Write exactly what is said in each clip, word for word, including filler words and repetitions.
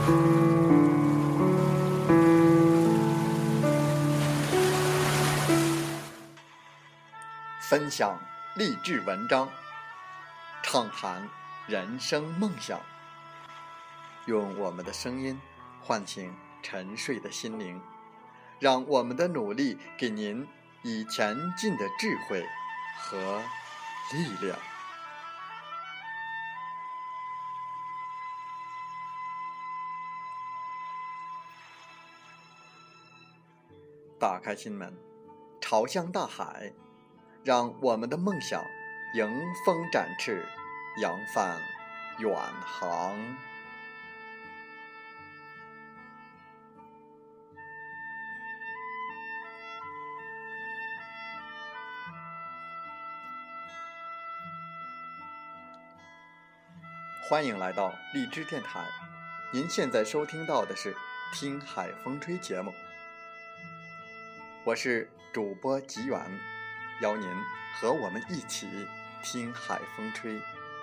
分享励志文章，畅谈人生梦想，用我们的声音唤醒沉睡的心灵，让我们的努力给您以前进的智慧和力量。打开心门，朝向大海，让我们的梦想迎风展翅，扬帆远航。欢迎来到荔枝电台，您现在收听到的是听海风吹节目，我是主播吉远，邀您和我们一起听海风吹。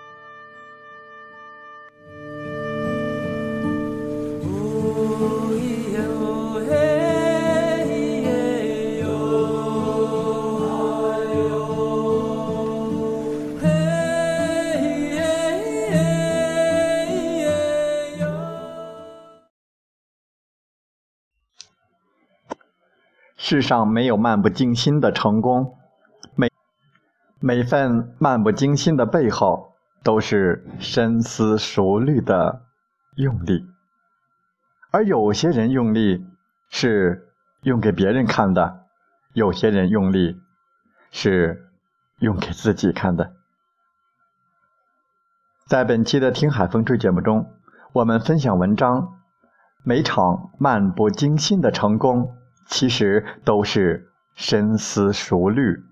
世上没有漫不经心的成功，每每份漫不经心的背后都是深思熟虑的用力，而有些人用力是用给别人看的，有些人用力是用给自己看的。在本期的听海风吹节目中，我们分享文章，每场漫不经心的成功其实都是深思熟虑。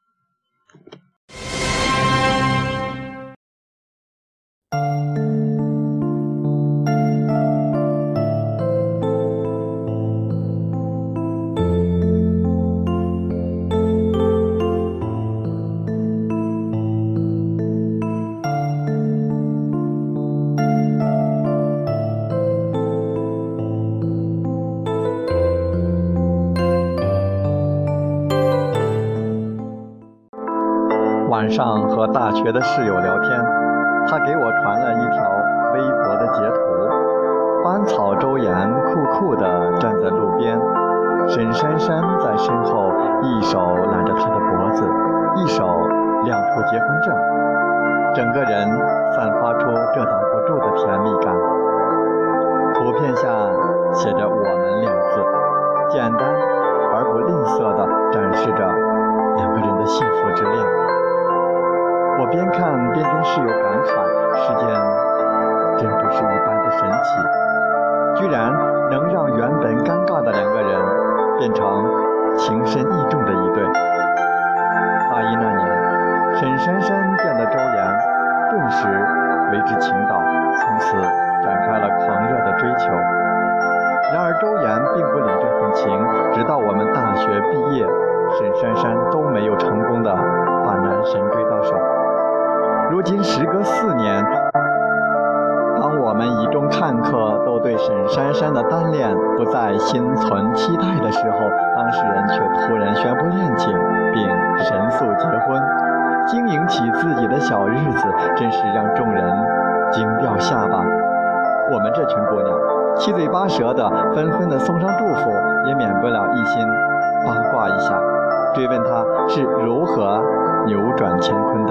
晚上和大学的室友聊天，他给我传了一条微博的截图，花草周延酷酷地站在路边，沈珊珊在身后一手揽着他的脖子，一手亮出结婚证，整个人散发出遮挡不住的甜蜜感。图片下写着我们两字，简单而不吝啬地展示着两个人的幸福之恋。我边看边跟室友感慨，世间真不是一般的神奇，居然能让原本尴尬的两个人变成情深意重的一对。大一那年，沈珊珊见了周岩，顿时为之倾倒，从此展开了狂热的追求。然而周岩并不领这份情，直到我们大学毕业，沈珊珊都没有成功的把男神追到手。如今时隔四年，当我们一众看客都对沈珊珊的单恋不再心存期待的时候，当事人却突然宣布恋情并神速结婚，经营起自己的小日子，真是让众人惊掉下巴。我们这群姑娘七嘴八舌的纷纷的送上祝福，也免不了一心八卦一下，追问她是如何扭转乾坤的。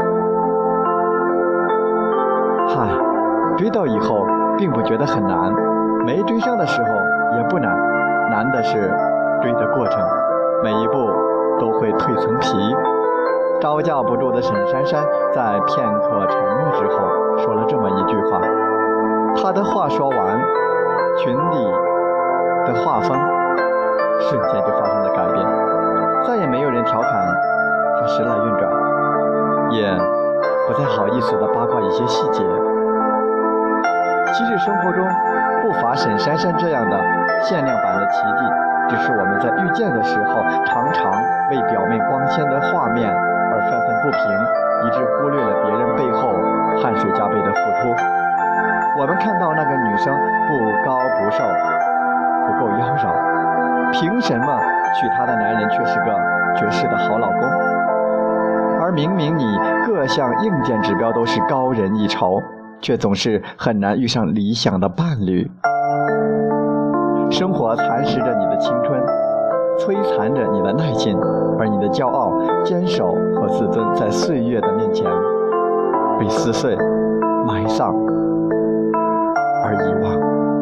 嗨，追到以后并不觉得很难，没追上的时候也不难，难的是追的过程，每一步都会蜕层皮。招架不住的沈珊珊在片刻沉默之后说了这么一句话，她的话说完，群里的画风瞬间就发生了改变，再也没有人调侃她时来运转，也不太好意思地八卦一些细节。其实生活中不乏沈珊珊这样的限量版的奇迹，只是我们在遇见的时候常常为表面光鲜的画面而愤愤不平，以致忽略了别人背后汗水加倍的付出。 我们看到那个女生不高不瘦，不够妖娆，凭什么娶她的男人却是个绝世的好老公？而明明你各项硬件指标都是高人一筹，却总是很难遇上理想的伴侣。生活蚕食着你的青春，摧残着你的耐心，而你的骄傲、坚守和自尊在岁月的面前被撕碎、埋葬而遗忘。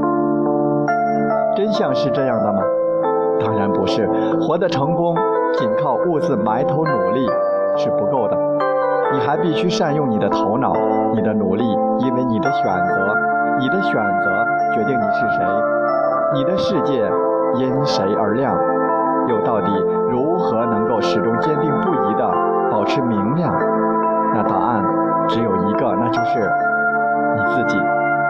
真相是这样的吗？当然不是。活得成功，仅靠兀自埋头努力是不够的，你还必须善用你的头脑，你的努力，因为你的选择，你的选择决定你是谁，你的世界因谁而亮。又到底如何能够始终坚定不移地保持明亮？那答案只有一个，那就是你自己。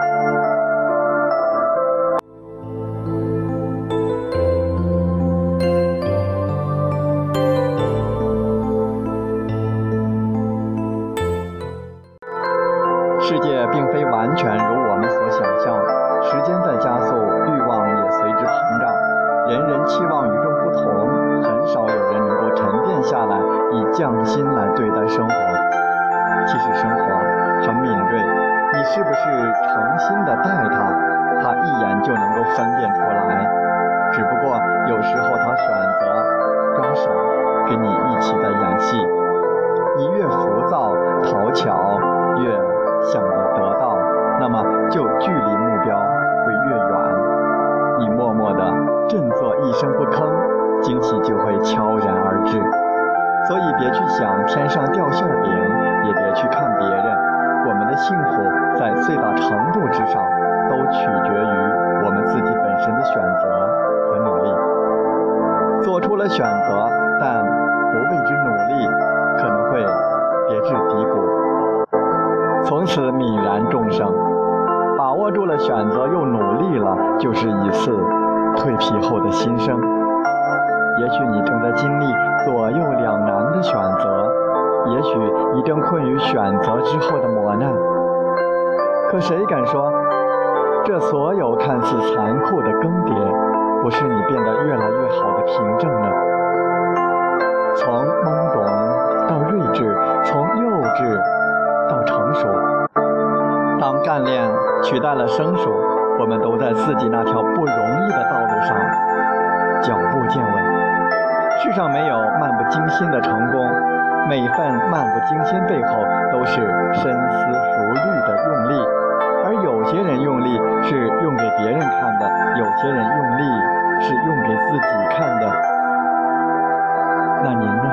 世界并非完全如我们所想象，时间在加速，欲望也随之膨胀，人人期望与众不同，很少有人能够沉淀下来，以匠心来对待生活。其实生活很敏锐，你是不是诚心的待他，他一眼就能够分辨出来。只不过有时候他选择装傻，跟你一起在演戏。你越浮躁讨巧，越想着得到，那么就距离目标会越远。你默默地振作一声不吭，惊喜就会悄然而至。所以别去想天上掉馅饼，也别去看别人。我们的幸福在最大程度之上都取决于我们自己本身的选择和努力。做出了选择，但不为之努力，可能会跌至低谷，从此泯然众生。把握住了选择又努力了，就是一次蜕皮后的新生。也许你正在经历左右两难的选择，也许你正困于选择之后的磨难。可谁敢说，这所有看似残酷的更迭，不是你变得越来越好的凭证呢？从懵懂到睿智，从幼稚到成熟。当干练取代了生疏，我们都在自己那条不容易的道路上脚步渐稳。世上没有漫不经心的成功，每一份漫不经心背后都是深思熟虑的用力。而有些人用力是用给别人看的，有些人用力是用给自己看的。那您呢？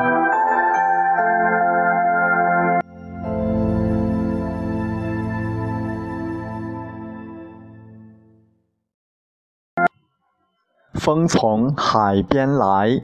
风从海边来。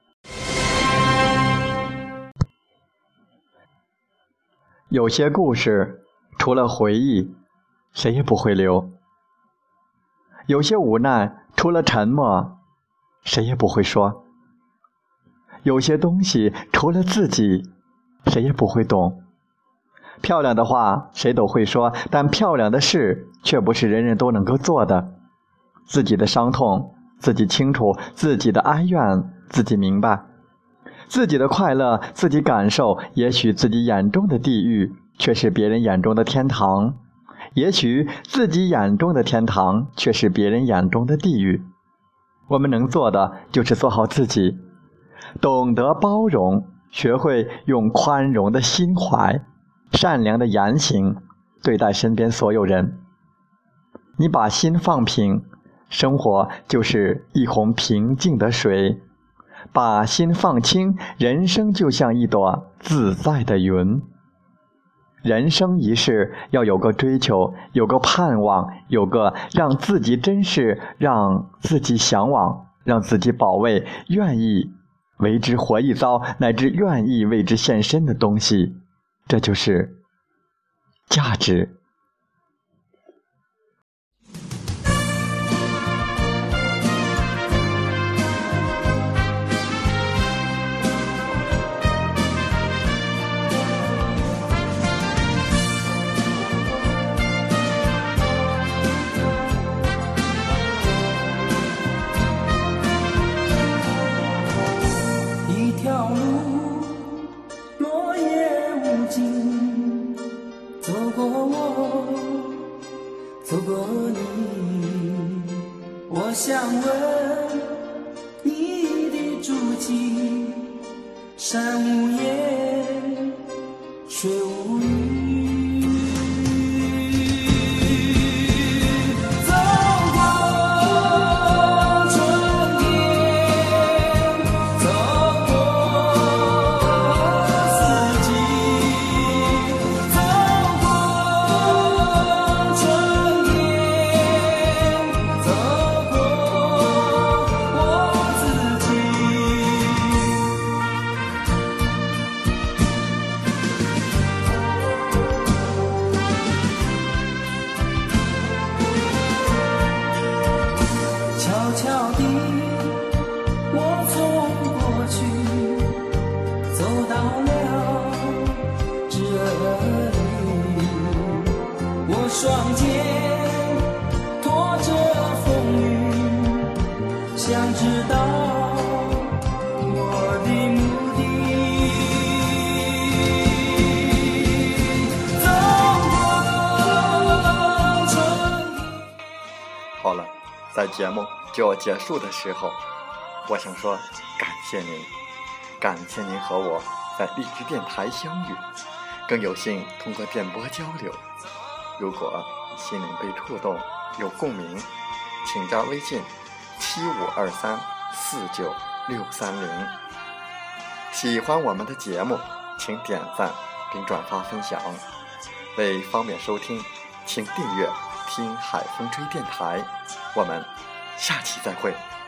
有些故事除了回忆，谁也不会留；有些无奈除了沉默，谁也不会说；有些东西除了自己，谁也不会懂。漂亮的话谁都会说，但漂亮的事却不是人人都能够做的。自己的伤痛自己清楚，自己的哀怨自己明白，自己的快乐自己感受。也许自己眼中的地狱却是别人眼中的天堂，也许自己眼中的天堂却是别人眼中的地狱。我们能做的就是做好自己，懂得包容，学会用宽容的心怀、善良的言行对待身边所有人。你把心放平，生活就是一泓平静的水；把心放轻，人生就像一朵自在的云。人生一世，要有个追求，有个盼望，有个让自己珍视，让自己向往，让自己保卫，愿意为之活一遭，乃至愿意为之献身的东西，这就是价值。 我想问你的足迹，山无言，水无语。悄悄地，我从过去走到了这里，我双肩拖着风雨，想知道我的目的。走过春天。 好了，在节目就要结束的时候，我想说感谢您，感谢您和我在荔枝电台相遇，更有幸通过电波交流。如果心灵被触动，有共鸣，请加微信七五二三四九六三零。喜欢我们的节目，请点赞并转发分享。为方便收听，请订阅听海风吹电台。我们下期再会。